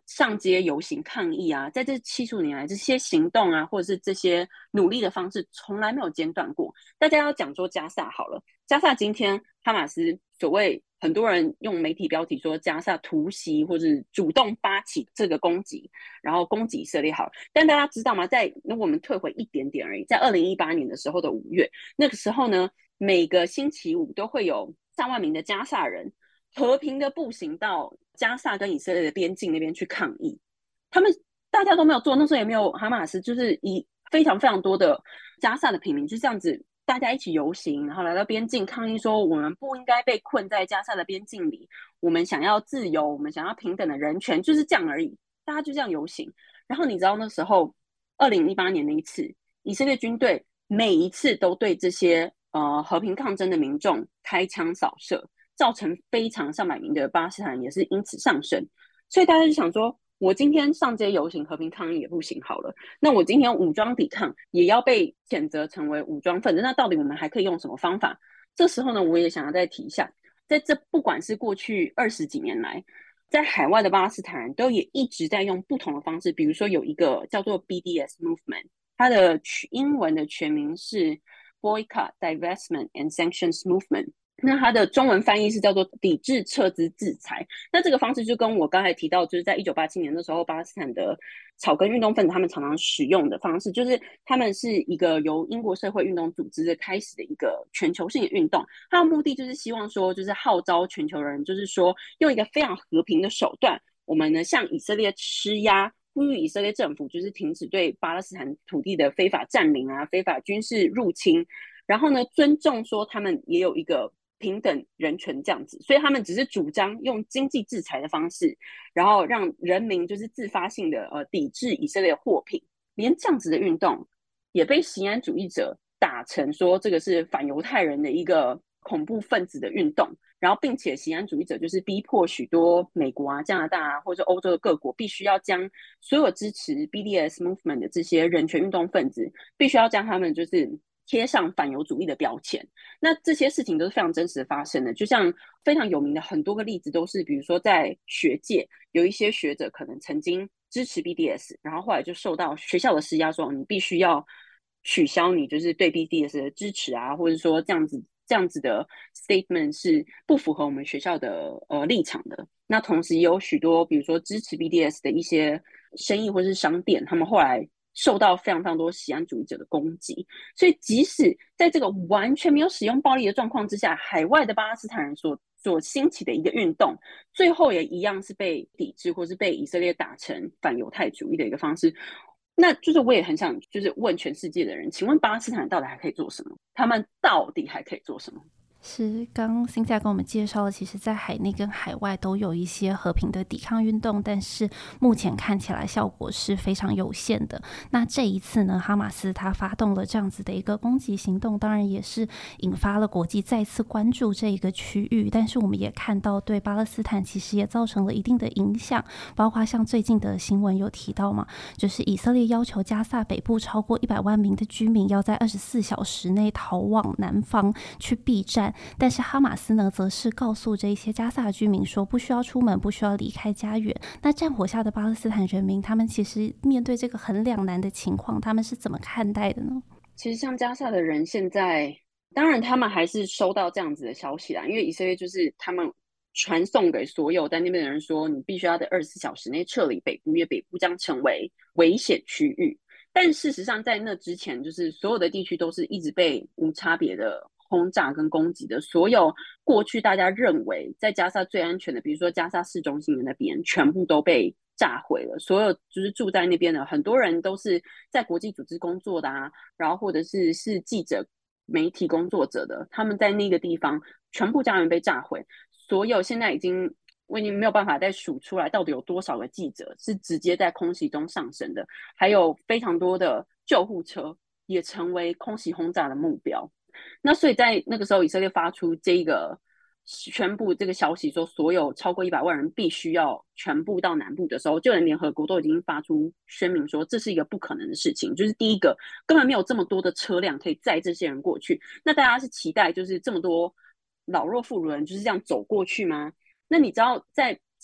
上街游行抗议啊，在这七十五年来，这些行动啊，或者是这些努力的方式，从来没有间断过。大家要讲说加萨好了，加萨今天哈马斯所谓很多人用媒体标题说加萨突袭或者主动发起这个攻击，然后攻击以色列好了，但大家知道吗？在如果我们退回一点点而已，在二零一八年的时候的五月，那个时候呢，每个星期五都会有上万名的加萨人和平的步行到加萨跟以色列的边境那边去抗议。他们大家都没有做，那时候也没有哈马斯，就是以非常非常多的加萨的平民就这样子大家一起游行，然后来到边境抗议说我们不应该被困在加萨的边境里，我们想要自由，我们想要平等的人权，就是这样而已。大家就这样游行。然后你知道那时候二零一八年那一次，以色列军队每一次都对这些呃和平抗争的民众开枪扫射，造成非常上百名的巴勒斯坦人也是因此丧生。所以大家就想说，我今天上街游行和平抗议也不行好了，那我今天武装抵抗也要被谴责成为武装分子，那到底我们还可以用什么方法？这时候呢，我也想要再提一下，在这不管是过去二十几年来，在海外的巴勒斯坦人都也一直在用不同的方式，比如说有一个叫做 B D S Movement， 它的英文的全名是 Boycott, Divestment and Sanctions Movement，那它的中文翻译是叫做抵制、撤资、制裁。那这个方式就跟我刚才提到，就是在一九八七年的时候，巴勒斯坦的草根运动分子他们常常使用的方式，就是他们是一个由英国社会运动组织的开始的一个全球性的运动。它的目的就是希望说，就是号召全球人，就是说用一个非常和平的手段，我们呢向以色列施压，呼吁以色列政府就是停止对巴勒斯坦土地的非法占领啊、非法军事入侵，然后呢尊重说他们也有一个平等人权这样子，所以他们只是主张用经济制裁的方式，然后让人民就是自发性的呃抵制以色列货品。连这样子的运动也被锡安主义者打成说这个是反犹太人的一个恐怖分子的运动，然后并且锡安主义者就是逼迫许多美国啊、加拿大啊或者欧洲的各国必须要将所有支持 B D S movement 的这些人权运动分子，必须要将他们就是贴上反犹主义的标签。那这些事情都是非常真实的发生的，就像非常有名的很多个例子都是，比如说在学界有一些学者可能曾经支持 B D S， 然后后来就受到学校的施压说你必须要取消你就是对 B D S 的支持啊，或者说这样子这样子的 statement 是不符合我们学校的呃立场的。那同时也有许多比如说支持 B D S 的一些生意或是商店，他们后来受到非常非常多锡安主义者的攻击。所以即使在这个完全没有使用暴力的状况之下，海外的巴勒斯坦人所所兴起的一个运动，最后也一样是被抵制或是被以色列打成反犹太主义的一个方式。那就是我也很想就是问全世界的人，请问巴勒斯坦到底还可以做什么？他们到底还可以做什么？ 是，刚辛夏跟我们介绍了，其实在海内跟海外都有一些和平的抵抗运动，但是目前看起来效果是非常有限的。那这一次呢，哈马斯他发动了这样子的一个攻击行动，当然也是引发了国际再次关注这一个区域，但是我们也看到对巴勒斯坦其实也造成了一定的影响，包括像最近的新闻有提到嘛，就是以色列要求加萨北部超过一百万名的居民要在二十四小时内逃往南方去避战，但是哈马斯呢，则是告诉这些加萨居民说，不需要出门，不需要离开家园。那战火下的巴勒斯坦人民，他们其实面对这个很两难的情况，他们是怎么看待的呢？ 其实像加萨的人现在，当然他们还是收到这样子的消息啦，因为以色列就是他们传送给所有在那边的人说，你必须要在二十四小时内撤离北部，因为北部将成为危险区域。但事实上，在那之前，就是所有的地区都是一直被无差别的轰炸跟攻击的。所有过去大家认为在加萨最安全的，比如说加萨市中心的那边，全部都被炸毁了。所有就是住在那边的很多人都是在国际组织工作的啊，然后或者是是记者、媒体工作者的，他们在那个地方全部家园被炸毁。所有现在已经。我已经没有办法再数出来到底有多少个记者是直接在空袭中丧生的，还有非常多的救护车也成为空袭轰炸的目标。那所以在那个时候，以色列发出这个宣布这个消息说，所有超过一百万人必须要全部到南部的时候，就连联合国都已经发出宣明说，这是一个不可能的事情。就是第一个，根本没有这么多的车辆可以载这些人过去。那大家是期待就是这么多老弱妇孺人就是这样走过去吗？那你知道在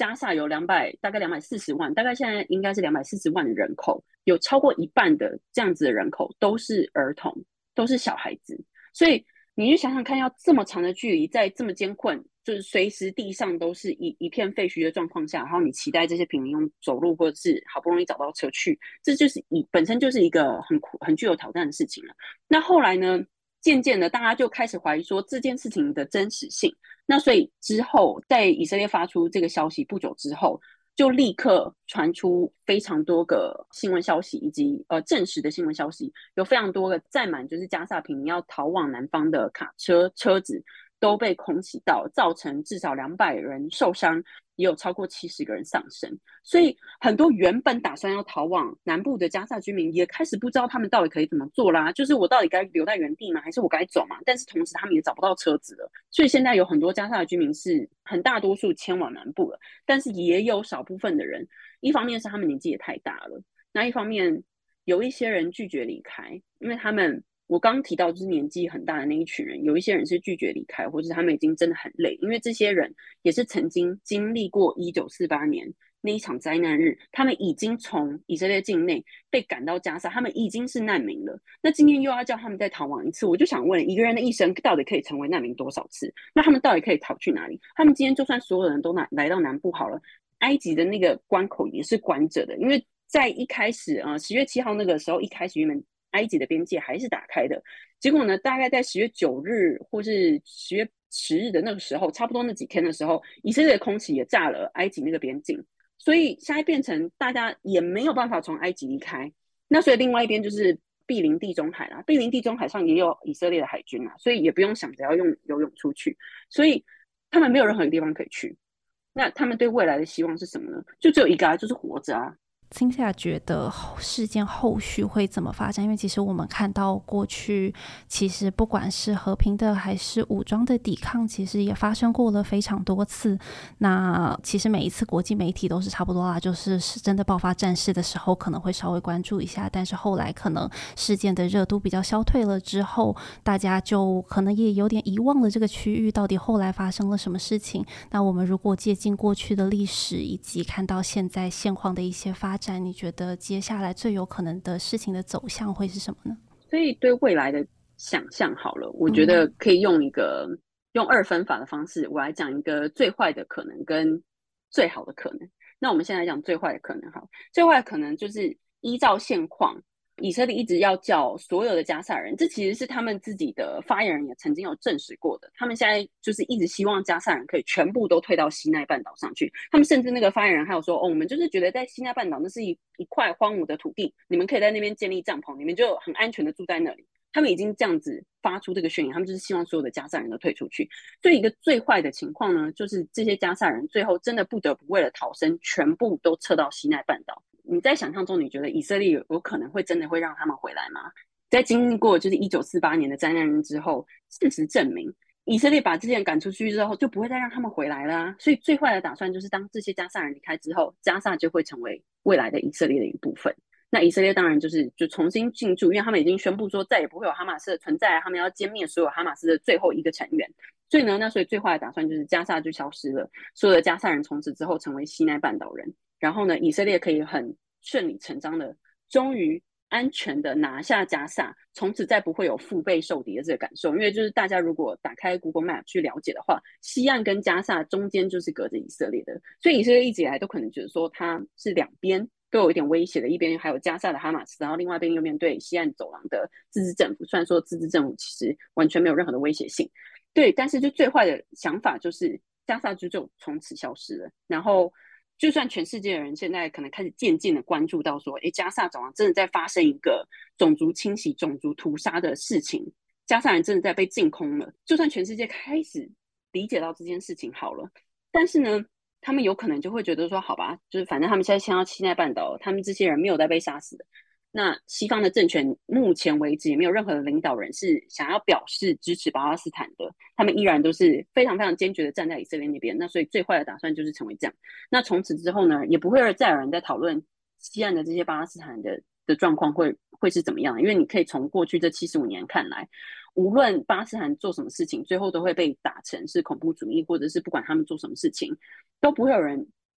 加萨有两百大概两百四十万，大概现在应该是两百四十万的人口，有超过一半的这样子的人口都是儿童，都是小孩子。所以你就想想看，要这么长的距离，在这么艰困，就是随时地上都是一一片废墟的状况下，然后你期待这些平民用走路或者是好不容易找到车去，这就是以本身就是一个很很具有挑战的事情了。那后来呢，渐渐的大家就开始怀疑说这件事情的真实性。那所以之后，在以色列发出这个消息不久之后，就立刻传出非常多个新闻消息，以及呃证实的新闻消息，有非常多个载满就是加萨平民要逃往南方的卡车车子都被空袭到，造成至少两百人受伤，也有超过七十个人丧生。所以很多原本打算要逃往南部的加萨居民也开始不知道他们到底可以怎么做啦，就是我到底该留在原地吗，还是我该走嘛？但是同时他们也找不到车子了，所以现在有很多加萨的居民是很大多数迁往南部了，但是也有少部分的人，一方面是他们年纪也太大了，那一方面有一些人拒绝离开，因为他们我刚刚提到就是年纪很大的那一群人，有一些人是拒绝离开，或者他们已经真的很累，因为这些人也是曾经经历过一九四八年那一场灾难日，他们已经从以色列境内被赶到加萨，他们已经是难民了。那今天又要叫他们再逃亡一次，我就想问，一个人的一生到底可以成为难民多少次？那他们到底可以逃去哪里？他们今天就算所有人都来到南部好了，埃及的那个关口也是关着的，因为在一开始呃十月七号那个时候，一开始原本埃及的边界还是打开的，结果呢，大概在十月九日或是十月十日的那个时候，差不多那几天的时候，以色列的空袭也炸了埃及那个边境，所以现在变成大家也没有办法从埃及离开。那所以另外一边就是毗邻地中海啦，毗邻地中海上也有以色列的海军啦，所以也不用想着要用游泳出去，所以他们没有任何地方可以去。那他们对未来的希望是什么呢？就只有一个啊，就是活着啊。 听下来觉得事件后续会怎么发展？因为其实我们看到过去，其实不管是和平的还是武装的抵抗，其实也发生过了非常多次。那其实每一次国际媒体都是差不多啦，就是真的爆发战事的时候可能会稍微关注一下，但是后来可能事件的热度比较消退了之后，大家就可能也有点遗忘了这个区域到底后来发生了什么事情。那我们如果借鉴过去的历史，以及看到现在现况的一些发展，你觉得接下来最有可能的事情的走向会是什么呢？ 所以对未来的想象好了，我觉得可以用一个、嗯、用二分法的方式，我来讲一个最坏的可能跟最好的可能。那我们现在讲最坏的可能好，最坏的可能就是依照现况，以色列一直要叫所有的加萨人，这其实是他们自己的发言人也曾经有证实过的，他们现在就是一直希望加萨人可以全部都退到西奈半岛上去。他们甚至那个发言人还有说，哦，我们就是觉得在西奈半岛那是一一块荒芜的土地，你们可以在那边建立帐篷，你们就很安全的住在那里。他们已经这样子发出这个宣言，他们就是希望所有的加萨人都退出去。所以一个最坏的情况呢，就是这些加萨人最后真的不得不为了逃生，全部都撤到西奈半岛。你在想象中，你觉得以色列有可能会真的会让他们回来吗？在经历过就是一九四八年的灾难日之后，事实证明，以色列把这些人赶出去之后，就不会再让他们回来了啊。所以最坏的打算就是，当这些加萨人离开之后，加萨就会成为未来的以色列的一部分。那以色列当然就是就重新进驻，因为他们已经宣布说再也不会有哈马斯的存在，他们要歼灭所有哈马斯的最后一个成员。所以呢，那所以最坏的打算就是加萨就消失了，所有的加萨人从此之后成为西奈半岛人。然后呢，以色列可以很顺理成章的，终于安全的拿下加萨，从此再不会有腹背受敌的这个感受。因为就是大家如果打开 Google Map 去了解的话，西岸跟加萨中间就是隔着以色列的，所以以色列一直以来都可能觉得说它是两边都有一点威胁的，一边还有加萨的哈马斯，然后另外一边又面对西岸走廊的自治政府。虽然说自治政府其实完全没有任何的威胁性，对，但是就最坏的想法就是加萨就就从此消失了。然后就算全世界的人现在可能开始渐渐的关注到说，诶，加萨走廊真的在发生一个种族清洗、种族屠杀的事情，加萨人真的在被净空了。就算全世界开始理解到这件事情好了，但是呢，他们有可能就会觉得说，好吧，就是反正他们现在迁到西奈半岛，他们这些人没有在被杀死的。那西方的政权目前为止也没有任何的领导人是想要表示支持巴勒斯坦的，他们依然都是非常非常坚决的站在以色列那边。那所以最坏的打算就是成为这样。那从此之后呢，也不会再有人在讨论西岸的这些巴勒斯坦的的状况会会是怎么样，因为你可以从过去这七十五年看来，无论巴勒斯坦做什么事情，最后都会被打成是恐怖主义，或者是不管他们做什么事情，都不会有人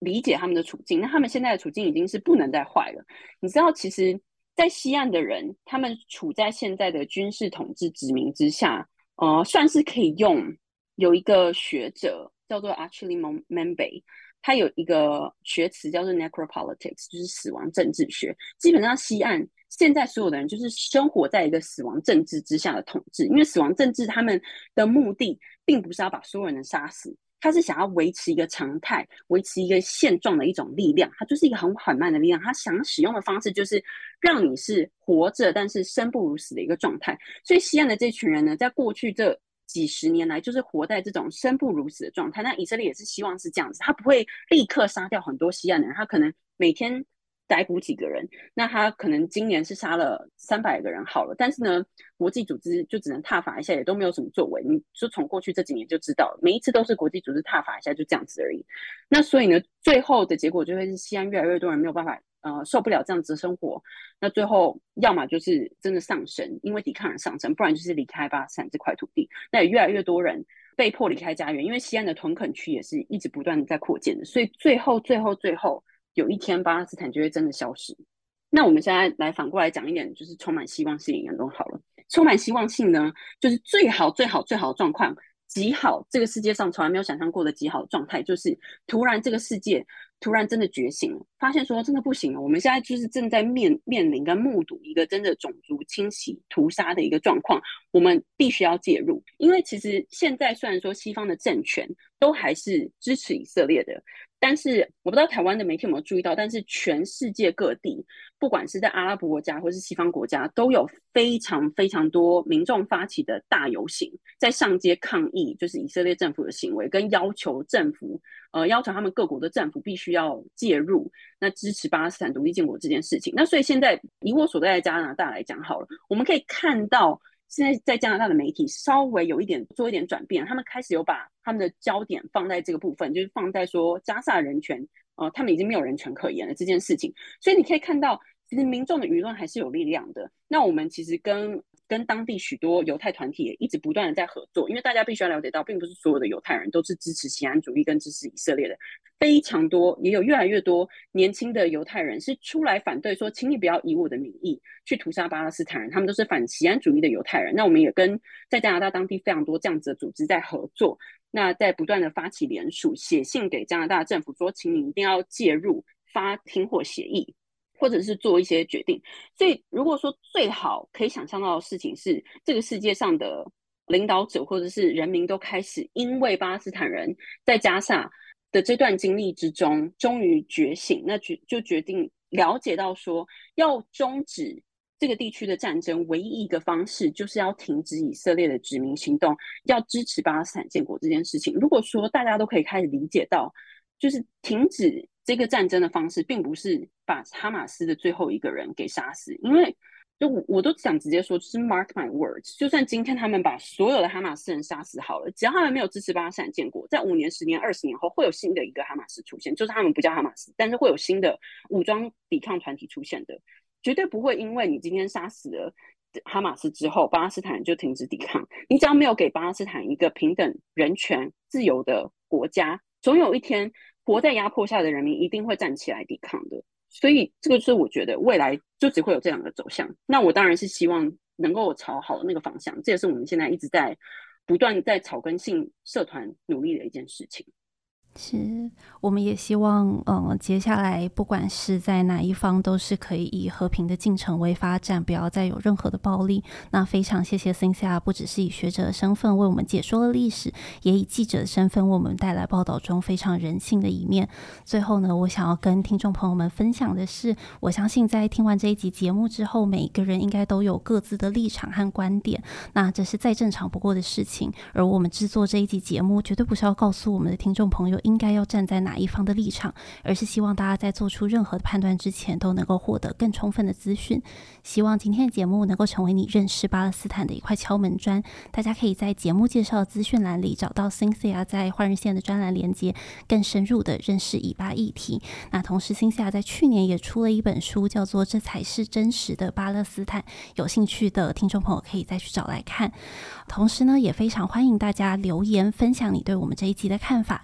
理解他们的处境。那他们现在的处境已经是不能再坏了。你知道，其实在西岸的人，他们处在现在的军事统治殖民之下，呃，算是可以用。有一个学者叫做 Achille Mbembe， 他有一个学词叫做 necropolitics， 就是死亡政治学。基本上西岸现在所有的人就是生活在一个死亡政治之下的统治，因为死亡政治他们的目的并不是要把所有人杀死，他是想要维持一个常态，维持一个现状的一种力量，它就是一个很缓慢的力量。他想使用的方式就是让你是活着但是生不如死的一个状态。所以西岸的这群人呢，在过去这几十年来就是活在这种生不如死的状态。那以色列也是希望是这样子，他不会立刻杀掉很多西岸的人，他可能每天逮捕几个人，那他可能今年是杀了三百个人好了，但是呢国际组织就只能挞伐一下，也都没有什么作为。你就从过去这几年就知道了，每一次都是国际组织挞伐一下，就这样子而已。那所以呢最后的结果就会是西岸越来越多人没有办法呃，受不了这样子的生活，那最后要么就是真的丧生，因为抵抗而丧生，不然就是离开巴勒斯坦这块土地。那也越来越多人被迫离开家园，因为西岸的屯垦区也是一直不断的在扩建的，所以最后最后最后有一天巴勒斯坦就会真的消失。那我们现在来反过来讲一点，就是充满希望性的言论好了。充满希望性呢，就是最好最好最好的状况，极好，这个世界上从来没有想象过的极好的状态，就是突然这个世界突然真的觉醒了，发现说真的不行了，我们现在就是正在面面临跟目睹一个真的种族清洗屠杀的一个状况，我们必须要介入。因为其实现在虽然说西方的政权都还是支持以色列的，但是我不知道台湾的媒体有没有注意到，但是全世界各地，不管是在阿拉伯国家或是西方国家，都有非常非常多民众发起的大游行，在上街抗议就是以色列政府的行为，跟要求政府呃要求他们各国的政府必须要介入，那支持巴勒斯坦独立建国这件事情。那所以现在以我所在的加拿大来讲好了，我们可以看到现在在加拿大的媒体稍微有一点做一点转变，他们开始有把他们的焦点放在这个部分，就是放在说加萨人权呃，他们已经没有人权可言了这件事情。所以你可以看到其实民众的舆论还是有力量的。那我们其实跟跟当地许多犹太团体也一直不断的在合作，因为大家必须要了解到并不是所有的犹太人都是支持锡安主义跟支持以色列的，非常多也有越来越多年轻的犹太人是出来反对说请你不要以我的名义去屠杀巴勒斯坦人，他们都是反锡安主义的犹太人。那我们也跟在加拿大当地非常多这样子的组织在合作，那在不断的发起联署，写信给加拿大政府说请你一定要介入，发停火协议，或者是做一些决定。所以如果说最好可以想象到的事情是，这个世界上的领导者或者是人民都开始因为巴勒斯坦人在加萨的这段经历之中终于觉醒，那就决定了解到说要终止这个地区的战争唯一一个方式就是要停止以色列的殖民行动，要支持巴勒斯坦建国这件事情。如果说大家都可以开始理解到就是停止这个战争的方式并不是把哈马斯的最后一个人给杀死，因为就 我, 我都想直接说就是 mark my words， 就算今天他们把所有的哈马斯人杀死好了，只要他们没有支持巴勒斯坦建国，在五年十年二十年后会有新的一个哈马斯出现，就是他们不叫哈马斯，但是会有新的武装抵抗团体出现的，绝对不会因为你今天杀死了哈马斯之后巴勒斯坦人就停止抵抗。你只要没有给巴勒斯坦一个平等人权自由的国家，总有一天活在压迫下的人民一定会站起来抵抗的。所以这个是我觉得未来就只会有这两个走向，那我当然是希望能够朝好的那个方向，这也是我们现在一直在不断在草根性社团努力的一件事情。 是，我们也希望嗯，接下来不管是在哪一方都是可以以和平的进程为发展，不要再有任何的暴力。那非常谢谢 Cynthia 不只是以学者的身份为我们解说了历史，也以记者的身份为我们带来报道中非常人性的一面。最后呢，我想要跟听众朋友们分享的是，我相信在听完这一集节目之后，每一个人应该都有各自的立场和观点，那这是再正常不过的事情。而我们制作这一集节目绝对不是要告诉我们的听众朋友应该要站在哪一方的立场，而是希望大家在做出任何的判断之前都能够获得更充分的资讯。希望今天的节目能够成为你认识巴勒斯坦的一块敲门砖，大家可以在节目介绍的资讯栏里找到 Cynthia 在换日线的专栏连接，更深入的认识以巴议题。那同时 Cynthia 在去年也出了一本书，叫做《这才是真实的巴勒斯坦》，有兴趣的听众朋友可以再去找来看。同时呢，也非常欢迎大家留言分享你对我们这一集的看法，给我们机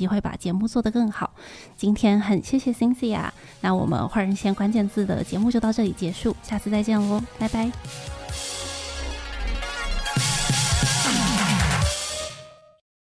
机会把节目做得更好。今天很谢谢 Cynthia， 那我们换人线关键字的节目就到这里结束，下次再见喽，拜拜。